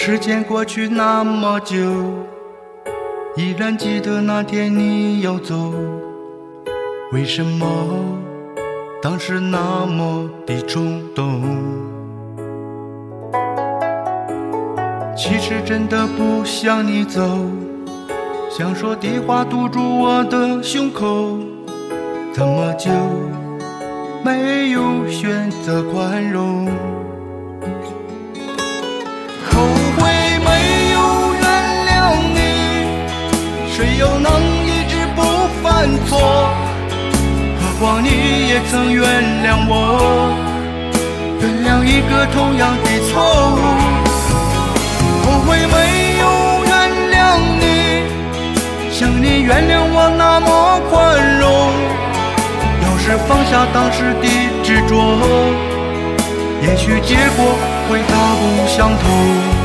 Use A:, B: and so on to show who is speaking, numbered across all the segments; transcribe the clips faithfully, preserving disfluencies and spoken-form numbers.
A: 时间过去那么久，依然记得那天你要走。为什么当时那么的冲动？其实真的不想你走，想说的话堵住我的胸口。这么久没有选择宽容，后悔没有原谅你，谁又能一直不犯错？何况你也曾原谅我，原谅一个同样的错误。后悔没有原谅你，想你原谅我那么宽容。要是放下当时的执着，也许结果会大不相同。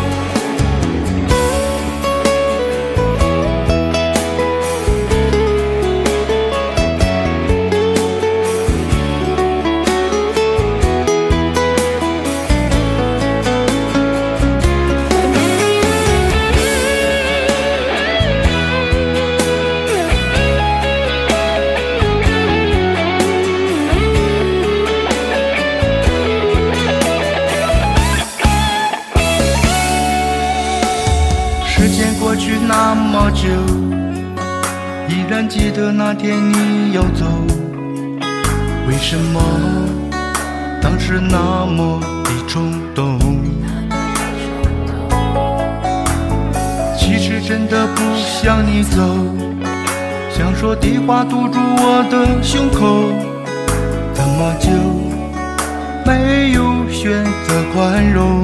A: 时间过去那么久，依然记得那天你要走。为什么当时那么的冲动？其实真的不想你走，想说的话堵住我的胸口。这么久没有选择宽容，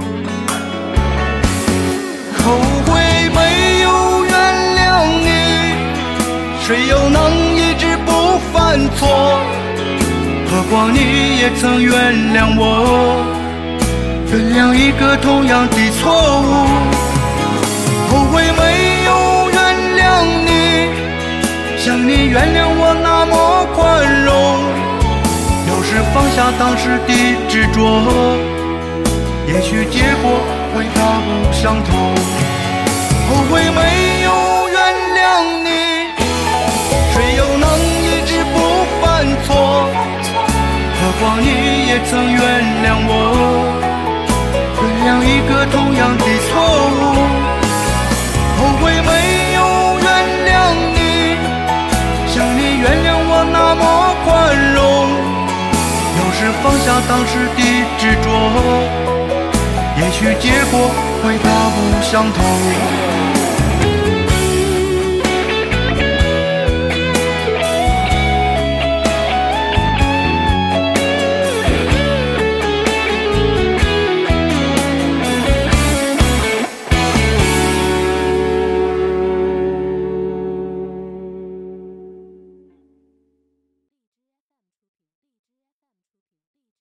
A: 后悔没有原谅你，谁又能一直不犯错？何况你也曾原谅我，原谅一个同样的错误。后悔没有原谅你，想你原谅我那么宽容。要是放下当时的执着，也许结果会大不相同。后悔没有原谅你，谁又能一直不犯错？何况你也曾原谅我，原谅一个同样的错误。后悔没有原谅你，想你原谅我那么宽容。要是放下当时的执着，也许结果会大不相同。